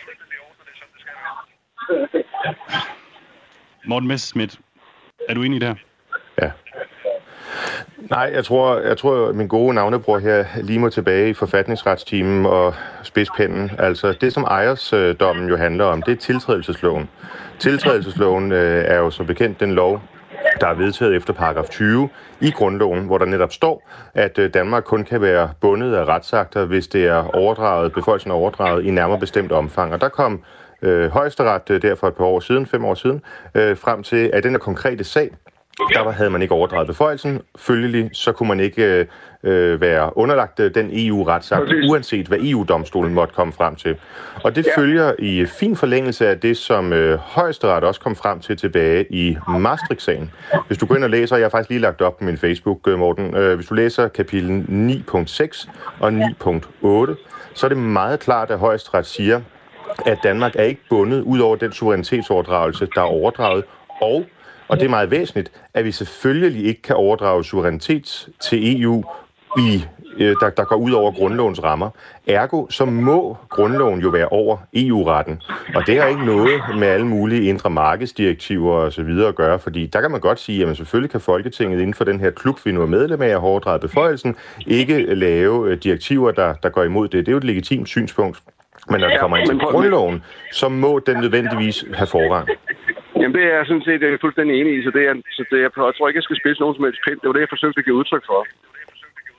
Morten Messerschmidt, er du enig i det her? Ja. Nej, jeg tror, min gode navnebror her lige må tilbage i forfatningsretstimen og spidspinden. Altså, det som Ajers-dommen jo handler om, det er tiltrædelsesloven. Tiltrædelsesloven er jo som bekendt den lov, der er vedtaget efter paragraf 20 i grundloven, hvor der netop står, at Danmark kun kan være bundet af retsakter, hvis det er overdraget, beføjelsen er overdraget i nærmere bestemt omfang. Og der kom højesteret der for et par år siden, 5 år siden, frem til, at den her konkrete sag, der havde man ikke overdraget beføjelsen. Følgelig så kunne man ikke være underlagt den EU-retsakt, uanset hvad EU-domstolen måtte komme frem til. Og det følger i fin forlængelse af det, som højesteret også kom frem til tilbage i Maastricht-sagen. Hvis du går ind og læser, jeg har faktisk lige lagt op på min Facebook, Morten, hvis du læser kapitel 9.6 og 9.8, så er det meget klart, at højesteret siger, at Danmark er ikke bundet ud over den suverænitetsoverdragelse, der er overdraget, og det er meget væsentligt, at vi selvfølgelig ikke kan overdrage suverænitet til EU, der går ud over grundlovens rammer. Ergo, så må grundloven jo være over EU-retten. Og det har ikke noget med alle mulige indre markedsdirektiver og så videre at gøre, fordi der kan man godt sige, at selvfølgelig kan Folketinget inden for den her klub, vi nu er medlem af, og overdraget beføjelsen, ikke lave direktiver, der går imod det. Det er jo et legitimt synspunkt. Men når det kommer ind til grundloven, så må den nødvendigvis have forrang. Jamen det er jeg sådan set fuldstændig enig i, så jeg tror ikke, jeg skal spidse nogen som helst pind. Det var det, jeg forsøgte at give udtryk for.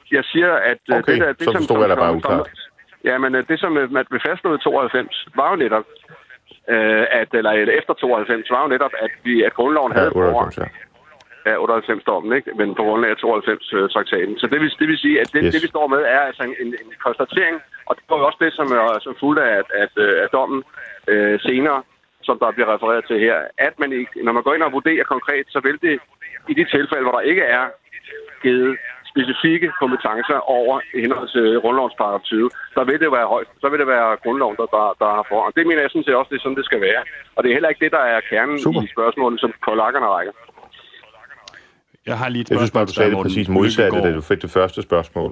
Jeg siger, at okay, det så forstod jeg da bare uklart. Ja, men det, som man blev fastslået i 92, var jo netop, eller efter 92, var jo netop, at grundloven havde 98, ja, 98-dommen, ikke? Men på grund af 92-traktaten. Så det vil sige, at det vi står med, er altså en konstatering, og det var jo også det, som fulgte af dommen senere, som der bliver refereret til her, at man ikke, når man går ind og vurderer konkret, så vil det i de tilfælde, hvor der ikke er givet specifikke kompetencer over henhold til grundlovens paragraf 20, så vil det være grundloven, der har for. Og det mener jeg sådan set også, det er sådan, det skal være. Og det er heller ikke det, der er kernen i spørgsmålet, som polakkerne rækker. Jeg har lige et spørgsmål. Jeg synes bare, du sagde det præcis modsatte, da du fik det første spørgsmål.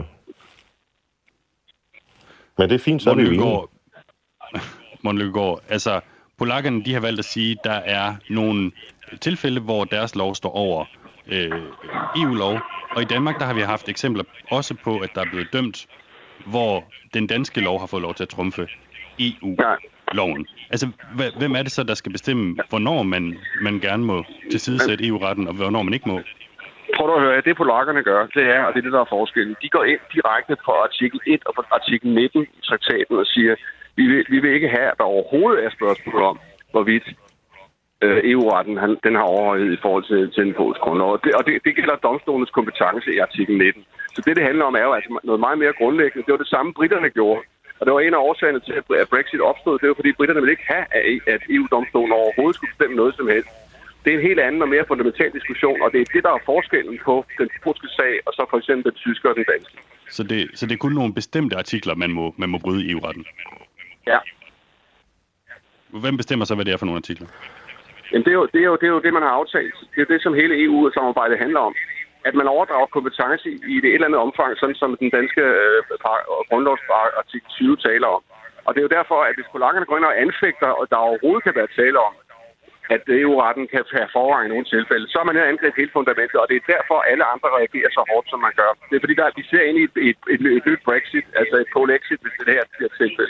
Men det er fint, så er vi jo enige. Morten Løkkegaard, altså polakkerne, de har valgt at sige, at der er nogle tilfælde, hvor deres lov står over EU-lov. Og i Danmark, der har vi haft eksempler også på, at der er blevet dømt, hvor den danske lov har fået lov til at trumfe EU-loven. Altså, hvem er det så, der skal bestemme, hvornår man gerne må tilsidesætte EU-retten, og hvornår man ikke må? Prøv at høre, det polakkerne gør, det er, og det er det, der er forskellen. De går ind direkte på artikel 1 og på artikel 19 i traktaten og siger, vi vil ikke have, at der overhovedet er spørgsmål om, hvorvidt EU-retten den har overhøjhed i forhold til den polske grundlov. Og det gælder domstolens kompetence i artikel 19. Så det handler om, er jo altså noget meget mere grundlæggende. Det var det samme, britterne gjorde. Og det var en af årsagerne til, at Brexit opstod. Det var fordi, britterne ville ikke have, at EU-domstolen overhovedet skulle bestemme noget som helst. Det er en helt anden og mere fundamental diskussion, og det er det, der er forskellen på den polske sag, og så for eksempel den tyske og den danske. Så det er kun nogle bestemte artikler, man må bryde i EU-retten? Ja. Hvem bestemmer så, hvad det er for nogle artikler? Jamen, det er jo det, man har aftalt. Det er det, som hele EU-samarbejdet handler om. At man overdrager kompetence i det et eller andet omfang, sådan som den danske grundlovsartikel 20 taler om. Og det er jo derfor, at hvis polakkerne går ind og anfægter, og der overhovedet kan være tale om, at EU-retten kan have forrang i nogle tilfælde, så er man angrebet hele fundamentet, og det er derfor, alle andre reagerer så hårdt, som man gør. Det er fordi, vi ser ind i et nyt Brexit, altså et Polexit, hvis det her bliver tilfælde.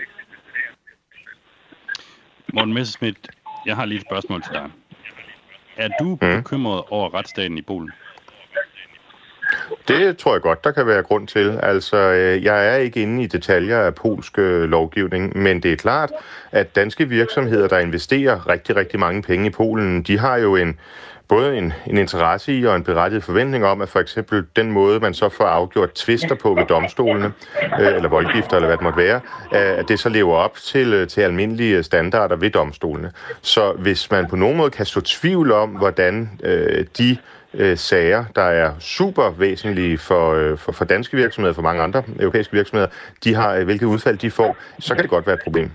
Morten Messerschmidt, jeg har lige et spørgsmål til dig. Er du bekymret over retsstaten i Polen? Det tror jeg godt, der kan være grund til. Altså, jeg er ikke inde i detaljer af polsk lovgivning, men det er klart, at danske virksomheder, der investerer rigtig, rigtig mange penge i Polen, de har jo både en interesse i og en berettiget forventning om, at for eksempel den måde, man så får afgjort tvister på ved domstolene, eller voldgifter, eller hvad det måtte være, at det så lever op til almindelige standarder ved domstolene. Så hvis man på nogen måde kan så tvivl om, hvordan de sager, der er super væsentlige for danske virksomheder, for mange andre europæiske virksomheder, de har, hvilket udfald de får, så kan det godt være et problem.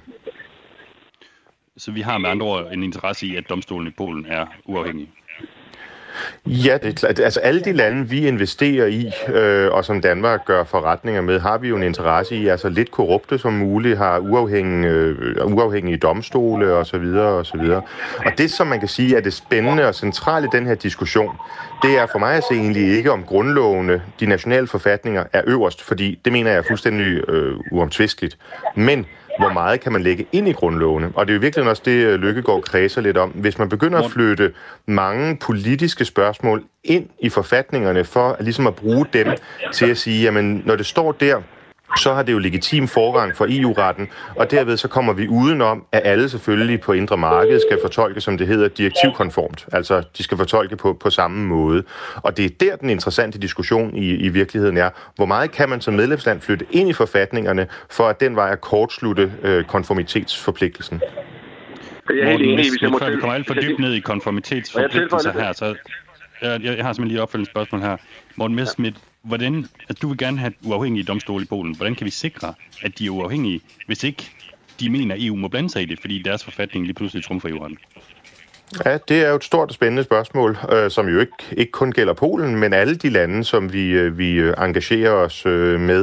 Så vi har med andre ord en interesse i, at domstolen i Polen er uafhængig? Ja, det er klart. Altså alle de lande, vi investerer i, og som Danmark gør forretninger med, har vi jo en interesse i, altså lidt korrupte som muligt, har uafhængige domstole osv. osv. Og det, som man kan sige, er det spændende og centrale i den her diskussion, det er for mig at se egentlig ikke, om grundlovene, de nationale forfatninger, er øverst, fordi det mener jeg er fuldstændig uomtvisteligt. Men hvor meget kan man lægge ind i grundlovene? Og det er jo virkelig også det, Løkkegaard kredser lidt om. Hvis man begynder at flytte mange politiske spørgsmål ind i forfatningerne for ligesom at bruge dem til at sige, jamen når det står der, så har det jo legitim forrang for EU-retten, og derved så kommer vi udenom, at alle selvfølgelig på indre marked skal fortolke, som det hedder, direktivkonformt. Altså, de skal fortolke på samme måde. Og det er der, den interessante diskussion i virkeligheden er. Hvor meget kan man som medlemsland flytte ind i forfatningerne, for at den vej at kortslutte konformitetsforpligtelsen? Jeg er helt enig, hvis jeg kommer alt for dybt ned i konformitetsforpligtelser her, så jeg har simpelthen lige opfølgende spørgsmål her. Morten Messerschmidt, du vil gerne have uafhængige domstole i Polen. Hvordan kan vi sikre, at de er uafhængige, hvis ikke de mener, at EU må blande sig i det, fordi deres forfatning lige pludselig trumfer EU-retten? Ja, det er jo et stort og spændende spørgsmål, som jo ikke kun gælder Polen, men alle de lande, som vi engagerer os med.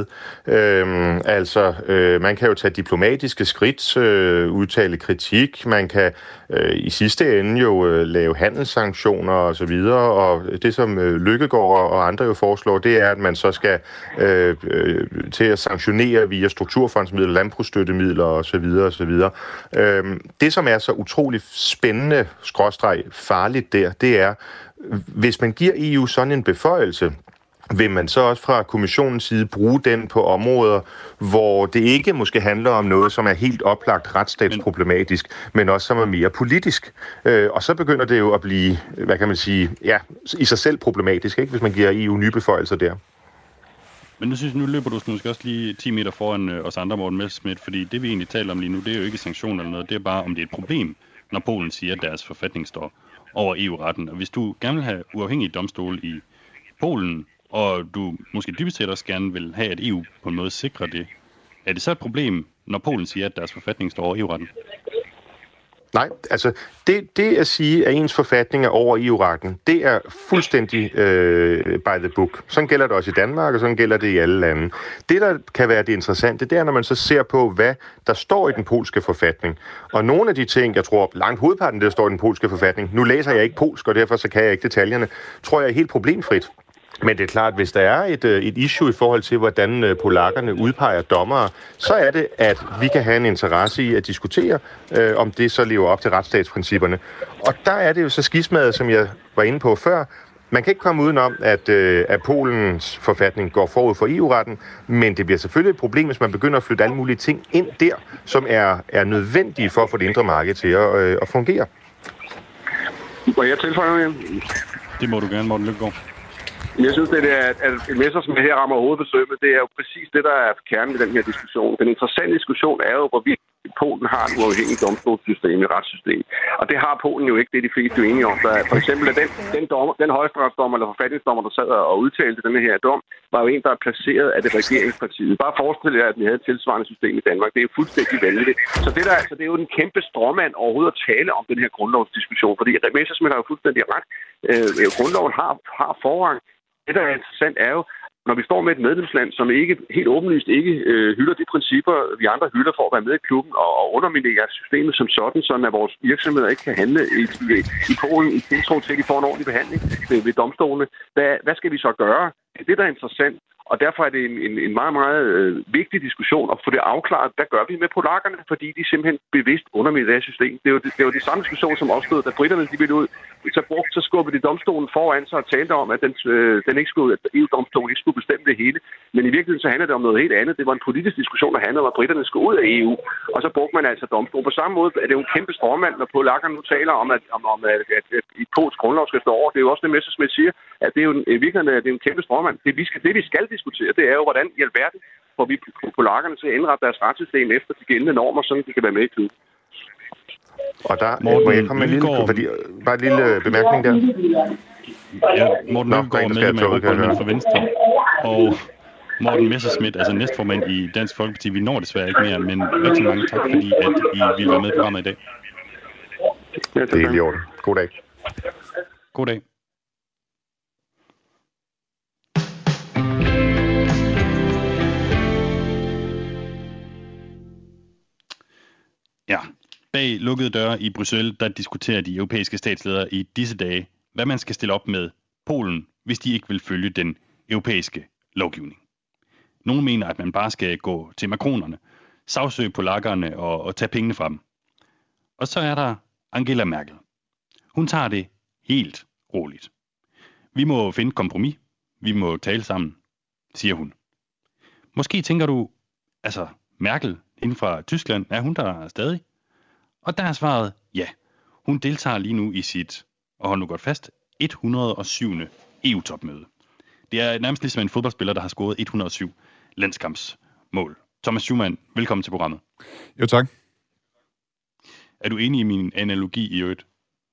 Man kan jo tage diplomatiske skridt, udtale kritik, man kan i sidste ende jo lave handelssanktioner og så videre, og det som Løkkegaard og andre jo foreslår, det er, at man så skal til at sanktionere via strukturfondsmidler, landbrugsstøttemidler og så videre og så videre. Det som er så utroligt spændende farligt der, det er, hvis man giver EU sådan en beføjelse, vil man så også fra kommissionens side bruge den på områder, hvor det ikke måske handler om noget, som er helt oplagt retsstatsproblematisk, men også som er mere politisk. Og så begynder det jo at blive, hvad kan man sige, ja, i sig selv problematisk, ikke, hvis man giver EU nye beføjelser der. Men nu løber du måske også lige 10 meter foran os andre, Morten Messerschmidt, fordi det vi egentlig taler om lige nu, det er jo ikke sanktioner eller noget, det er bare, om det er et problem, når Polen siger, at deres forfatning står over EU-retten. Og hvis du gerne vil have uafhængige domstole i Polen, og du måske dybest set også gerne vil have, at EU på en måde sikrer det, er det så et problem, når Polen siger, at deres forfatning står over EU-retten? Nej, altså det at sige, at ens forfatning er over EU-retten, det er fuldstændig by the book. Sådan gælder det også i Danmark, og sådan gælder det i alle lande. Det, der kan være det interessante, det er, når man så ser på, hvad der står i den polske forfatning. Og nogle af de ting, jeg tror langt hovedparten, der står i den polske forfatning, nu læser jeg ikke polsk, og derfor så kan jeg ikke detaljerne, tror jeg er helt problemfrit. Men det er klart, hvis der er et issue i forhold til, hvordan polakkerne udpeger dommere, så er det, at vi kan have en interesse i at diskutere, om det så lever op til retsstatsprincipperne. Og der er det jo så skismadet, som jeg var inde på før. Man kan ikke komme udenom, at Polens forfatning går forud for EU-retten, men det bliver selvfølgelig et problem, hvis man begynder at flytte alle mulige ting ind der, som er nødvendige for at få det indre marked til at fungere. Må jeg tilføje? Det må du gerne, Morten Løkkegaard. Jeg synes, det er, at Messerschmidt her rammer hovedet på sømmet. Det er jo præcis det, der er kernen i den her diskussion. Den interessante diskussion er jo, hvorvidt Polen har et uafhængigt domstolssystem, et retssystem. Og det har Polen jo ikke, det er de fleste jo enige om. Der, for eksempel, at den højesteretsdommer eller forfatningsdommer, der sad og udtalte denne her dom, var jo en, der er placeret af det regeringspartiet. Bare forestil jer, at vi havde et tilsvarende system i Danmark. Det er jo fuldstændig vanvittigt. Så det er jo en kæmpe stråmand overhovedet at tale om den her grundlovsdiskussion, fordi Messerschmidt har jo fuldstændig ret. Grundloven har forrang. Det, der er interessant, er jo, når vi står med et medlemsland, som ikke helt åbenlyst ikke hylder de principper, vi andre hylder for at være med i klubben, og underminerer systemet som sådan, så at vores virksomheder ikke kan handle i Polen i tiltro til, at de får en ordentlig behandling ved domstolene. Hvad skal vi så gøre? Det er det, der er interessant. Og derfor er det en meget, meget vigtig diskussion at få det afklaret, hvad gør vi med polakkerne, fordi de simpelthen bevidst underminerer det her system. Det var de samme diskussion, som opstod, da britterne de ville ud. Så skubbede de domstolen foran sig og talte om, at den ikke skulle, at EU-domstolen ikke skulle bestemme det hele. Men i virkeligheden så handler det om noget helt andet. Det var en politisk diskussion, der handlede om, at britterne skulle ud af EU. Og så brugte man altså domstolen. På samme måde er det jo en kæmpe stråmand, når polakkerne nu taler om, at i polsk grundlov skal stå over. Det er jo også det, Messerschmidt siger, at det er jo i virkeligheden det er en kæmpe stråmand. Det vi skal diskutere, det er jo, hvordan i alverden får vi polakkerne til at indrette deres retssystem efter de gældende normer, så de kan være med i klubben. Og der må jeg komme med bare en lille bemærkning der. Ja, Morten Løkkegaard, medlem af Europaparlamentet for Venstre, og Morten Messerschmidt, altså næstformand i Dansk Folkeparti. Vi når desværre ikke mere, men rigtig mange tak, fordi at I ville være med i programmet i dag. Det er lige orden. God dag. God dag. Ja, bag lukkede døre i Bruxelles, der diskuterer de europæiske statsledere i disse dage, hvad man skal stille op med Polen, hvis de ikke vil følge den europæiske lovgivning. Nogle mener, at man bare skal gå til makronerne, sagsøge polakkerne og tage pengene fra dem. Og så er der Angela Merkel. Hun tager det helt roligt. Vi må finde kompromis. Vi må tale sammen, siger hun. Måske tænker du, altså Merkel inden fra Tyskland, er hun der stadig? Og der er svaret ja. Hun deltager lige nu i sit, og hold nu godt fast, 107. EU-topmøde. Det er nærmest ligesom en fodboldspiller, der har scoret 107 landskampsmål. Thomas Schumann, velkommen til programmet. Jo, tak. Er du enig i min analogi i øvrigt?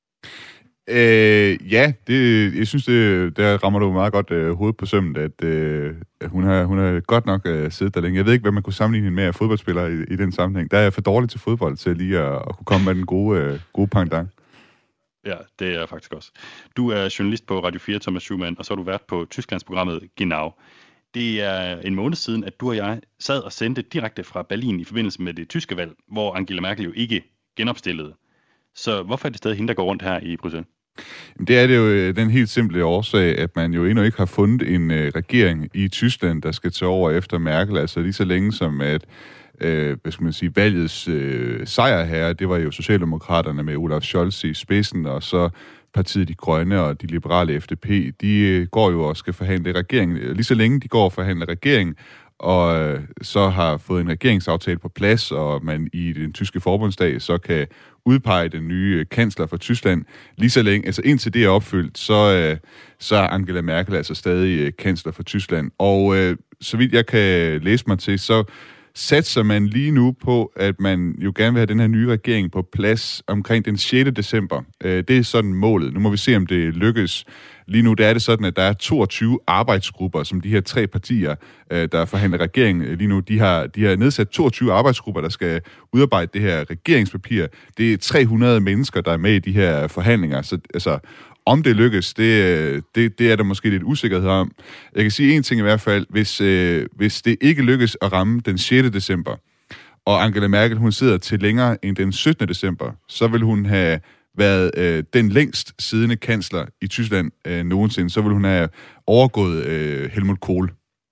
Ja, jeg synes, der rammer du meget godt hovedet på sømmet, at hun har godt nok siddet der længe. Jeg ved ikke, hvad man kunne sammenligne hende med af fodboldspillere i den sammenhæng. Der er jeg for dårlig til fodbold til lige at kunne komme med den gode pendant. Ja, det er jeg faktisk også. Du er journalist på Radio 4, Thomas Schumann, og så har du været på Tysklandsprogrammet Genau. Det er en måned siden, at du og jeg sad og sendte direkte fra Berlin i forbindelse med det tyske valg, hvor Angela Merkel jo ikke genopstillede. Så hvorfor er det stadig hende, der går rundt her i Bruxelles? Det er det jo den helt simple årsag, at man jo endnu ikke har fundet en regering i Tyskland, der skal tage over efter Merkel. Altså lige så længe som at hvad skal man sige, valgets sejrherre, det var jo Socialdemokraterne med Olaf Scholz i spidsen, og så partiet De Grønne og de liberale FDP, de går jo og skal forhandle regering. Lige så længe de går og forhandler regering, og så har fået en regeringsaftale på plads, og man i den tyske forbundsdag så kan udpege den nye kansler for Tyskland. Lige så længe, altså indtil det er opfyldt, så er Angela Merkel altså stadig kansler for Tyskland. Og så vidt jeg kan læse mig til, så satser man lige nu på, at man jo gerne vil have den her nye regering på plads omkring den 6. december. Det er sådan målet. Nu må vi se, om det lykkes. Lige nu der er det sådan, at der er 22 arbejdsgrupper, som de her 3 partier, der forhandler regeringen lige nu, de har nedsat 22 arbejdsgrupper, der skal udarbejde det her regeringspapir. Det er 300 mennesker, der er med i de her forhandlinger. Så altså, om det lykkes, det er der måske lidt usikkerhed om. Jeg kan sige en ting i hvert fald. Hvis det ikke lykkes at ramme den 6. december, og Angela Merkel hun sidder til længere end den 17. december, så vil hun have været den længst siddende kansler i Tyskland nogensinde. Så vil hun have overgået Helmut Kohl.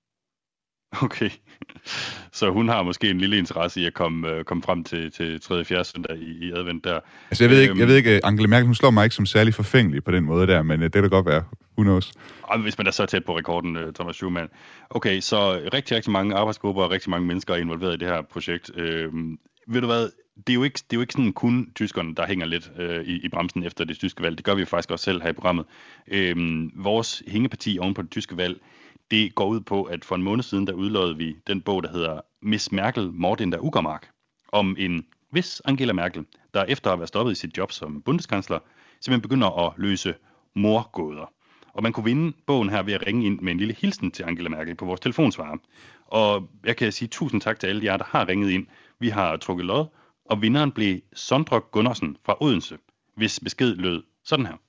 Okay. Så hun har måske en lille interesse i at komme frem til 3. 4. søndag i advent der. Altså jeg ved ikke, Angela Merkel, hun slår mig ikke som særlig forfængelig på den måde der, men det kan da godt være. Who knows? Hvis man er så tæt på rekorden, Thomas Schumann. Okay, så rigtig, rigtig mange arbejdsgrupper og rigtig mange mennesker er involveret i det her projekt. Ved du hvad? Det er jo ikke sådan kun tyskerne, der hænger lidt i bremsen efter det tyske valg. Det gør vi jo faktisk også selv her i programmet. Vores hængeparti oven på det tyske valg, det går ud på, at for en måned siden, der udlodede vi den bog, der hedder Miss Merkel, Mord in der Uckermark, om en vis Angela Merkel, der efter at have været stoppet i sit job som bundeskansler, simpelthen begynder at løse mordgåder. Og man kunne vinde bogen her ved at ringe ind med en lille hilsen til Angela Merkel på vores telefonsvarer. Og jeg kan sige tusind tak til alle jer, der har ringet ind. Vi har trukket lod, og vinderen blev Sondre Gunnarsen fra Odense, hvis besked lød sådan her.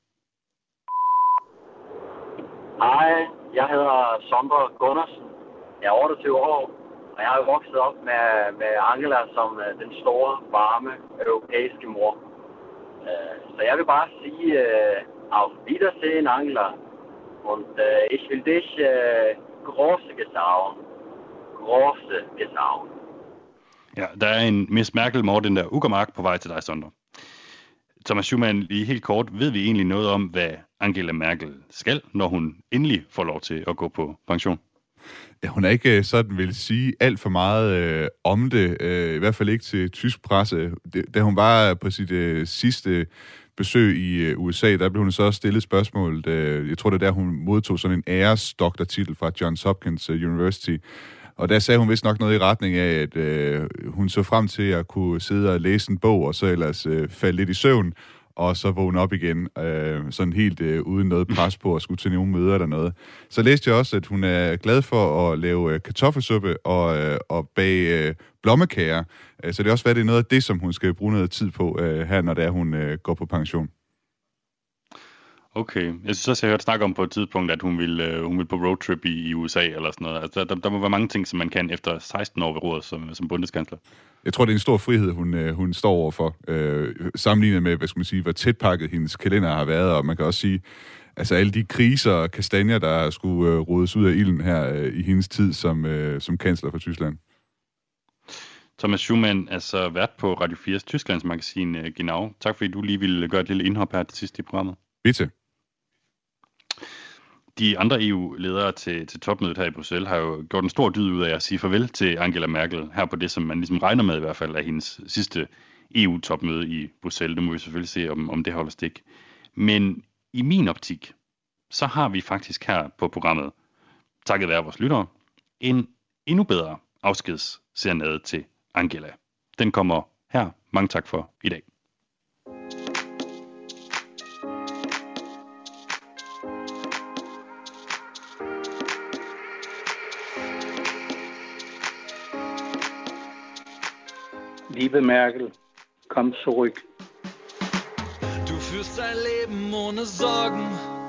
Hej, jeg hedder Sondre Gunnarsen. Jeg er 28 år, og jeg er vokset op med Angela som den store, varme, europæiske mor. Så jeg vil bare sige, auf Wiedersehen, Angela. Und ich will dich große Gesauen. Große Gesauen. Ja, der er en Miss Merkel, Mord in der Uckermark på vej til dig, Sondre. Thomas Schumann, lige helt kort, ved vi egentlig noget om, hvad Angela Merkel skal, når hun endelig får lov til at gå på pension? Ja, hun er ikke sådan, vil sige, alt for meget om det, i hvert fald ikke til tysk presse. Da hun var på sit sidste besøg i USA, der blev hun så stillet spørgsmål. Jeg tror, det er der, hun modtog sådan en æresdoktortitel fra Johns Hopkins University. Og der sagde hun vist nok noget i retning af, at hun så frem til at kunne sidde og læse en bog, og så ellers falde lidt i søvn, og så vågne op igen, sådan helt uden noget pres på at skulle til nogle møder eller noget. Så læste jeg også, at hun er glad for at lave kartoffelsuppe og bage blommekager. Så det er også været, det er noget af det, som hun skal bruge noget tid på her, når det er, hun går på pension. Okay. Jeg synes også, jeg har hørt snakke om på et tidspunkt, at hun vil på roadtrip i USA eller sådan noget. Altså, der må være mange ting, som man kan efter 16 år ved roret som bundeskansler. Jeg tror, det er en stor frihed, hun står overfor. Sammenlignet med, hvad skal man sige, hvor tætpakket hendes kalender har været. Og man kan også sige, altså alle de kriser og kastanjer, der skulle rodes ud af ilden her i hendes tid som kansler for Tyskland. Thomas Schumann, altså vært på Radio 4's Tysklands magasin Genau. Tak fordi du lige ville gøre et lille indhop her til sidst i programmet. Bitte. De andre EU-ledere til topmødet her i Bruxelles har jo gjort en stor dyd ud af at sige farvel til Angela Merkel her på det, som man ligesom regner med i hvert fald af hendes sidste EU-topmøde i Bruxelles. Det må vi selvfølgelig se, om det holder stik. Men i min optik, så har vi faktisk her på programmet, takket være vores lyttere, en endnu bedre afskedsserenade til Angela. Den kommer her. Mange tak for i dag. Liebe Merkel, komm zurück. Du führst dein Leben ohne Sorgen.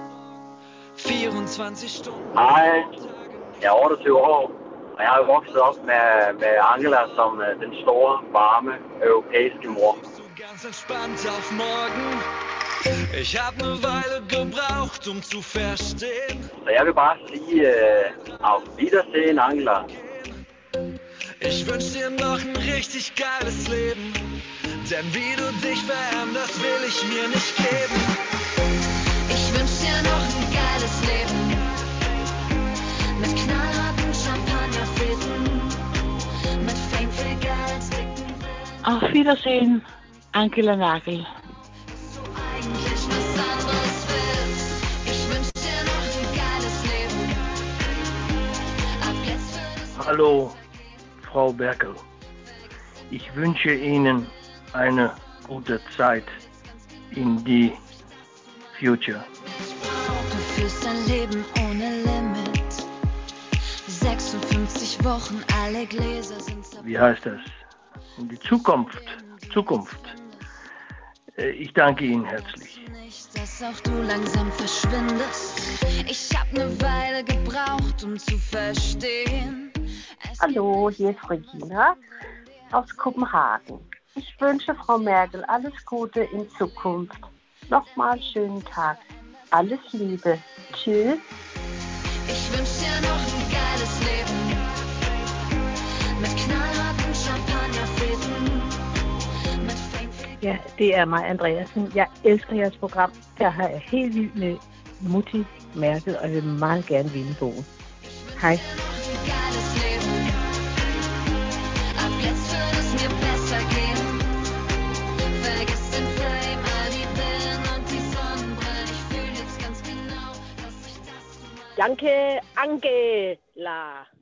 24 Stunden. Hej, jeg er 28 år, og jeg er vokset op med Angela som den store, varme, europæiske mor. Ganz entspannt auf morgen. Ich hab eine Weile gebraucht, zu verstehen. Så jeg vil bare sige, auf Wiedersehen, Angela. Ich wünsch dir noch ein richtig geiles Leben, denn wie du dich veränderst, will ich mir nicht geben. Ich wünsch dir noch ein geiles Leben, mit knallharten Champagnerfäden, mit Fame, viel Geld, dicken Willen. Auf Wiedersehen, Angela Merkel. Dass du eigentlich was anderes willst. Ich wünsch dir noch ein geiles Leben. Ab jetzt wird es... Hallo, Frau Merkel. Ich wünsche Ihnen eine gute Zeit in die Future. Du führst ein Leben ohne Limit. 56 Wochen, alle Gläser sind zerbrechlich. Wie heißt das? In die Zukunft. Ich danke Ihnen herzlich. Nicht, dass auch du langsam verschwindest. Ich hab ne Weile gebraucht, um zu verstehen. Hallo, hier ist Regina aus Kopenhagen. Ich wünsche Frau Merkel alles Gute in Zukunft. Nochmal schönen Tag. Alles Liebe. Tschüss. Ich wünsch dir noch ein geiles Leben. Med knallharten champagnerfæden. Med fame. Ja, det er mig, Andreasen. Jeg elsker jeres program. Jeg er helt vild med Mutti Merkel, og jeg vil meget gerne vinde bogen. Hej. Danke, Angela.